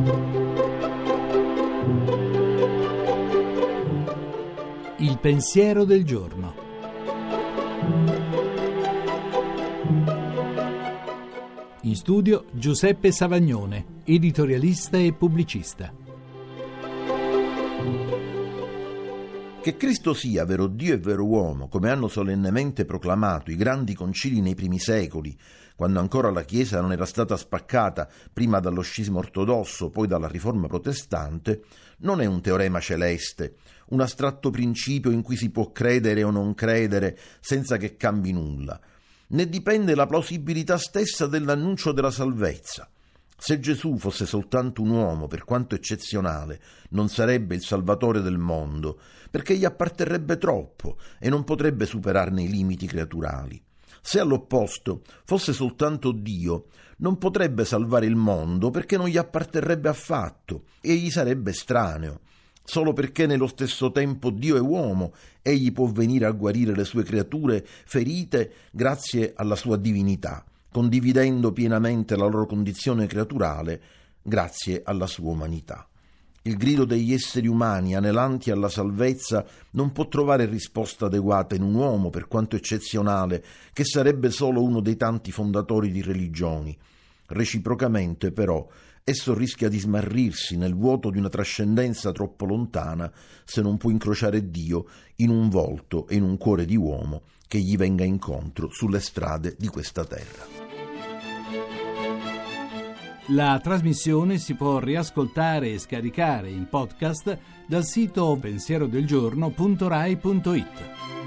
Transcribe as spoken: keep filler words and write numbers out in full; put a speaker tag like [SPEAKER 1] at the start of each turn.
[SPEAKER 1] Il pensiero del giorno. In studio Giuseppe Savagnone, editorialista e pubblicista.
[SPEAKER 2] Che Cristo sia vero Dio e vero uomo, come hanno solennemente proclamato i grandi concili nei primi secoli, quando ancora la Chiesa non era stata spaccata prima dallo scisma ortodosso, poi dalla riforma protestante, non è un teorema celeste, un astratto principio in cui si può credere o non credere senza che cambi nulla. Ne dipende la plausibilità stessa dell'annuncio della salvezza. Se Gesù fosse soltanto un uomo, per quanto eccezionale, non sarebbe il Salvatore del mondo, perché gli apparterrebbe troppo e non potrebbe superarne i limiti creaturali. Se all'opposto fosse soltanto Dio, non potrebbe salvare il mondo perché non gli apparterrebbe affatto e gli sarebbe estraneo. Solo perché nello stesso tempo Dio è uomo, egli può venire a guarire le sue creature ferite grazie alla sua divinità, condividendo pienamente la loro condizione creaturale grazie alla sua umanità. Il grido degli esseri umani anelanti alla salvezza non può trovare risposta adeguata in un uomo, per quanto eccezionale, che sarebbe solo uno dei tanti fondatori di religioni. Reciprocamente, però, esso rischia di smarrirsi nel vuoto di una trascendenza troppo lontana se non può incrociare Dio in un volto e in un cuore di uomo che gli venga incontro sulle strade di questa terra.
[SPEAKER 1] La trasmissione si può riascoltare e scaricare in podcast dal sito pensierodelgiorno punto rai punto it.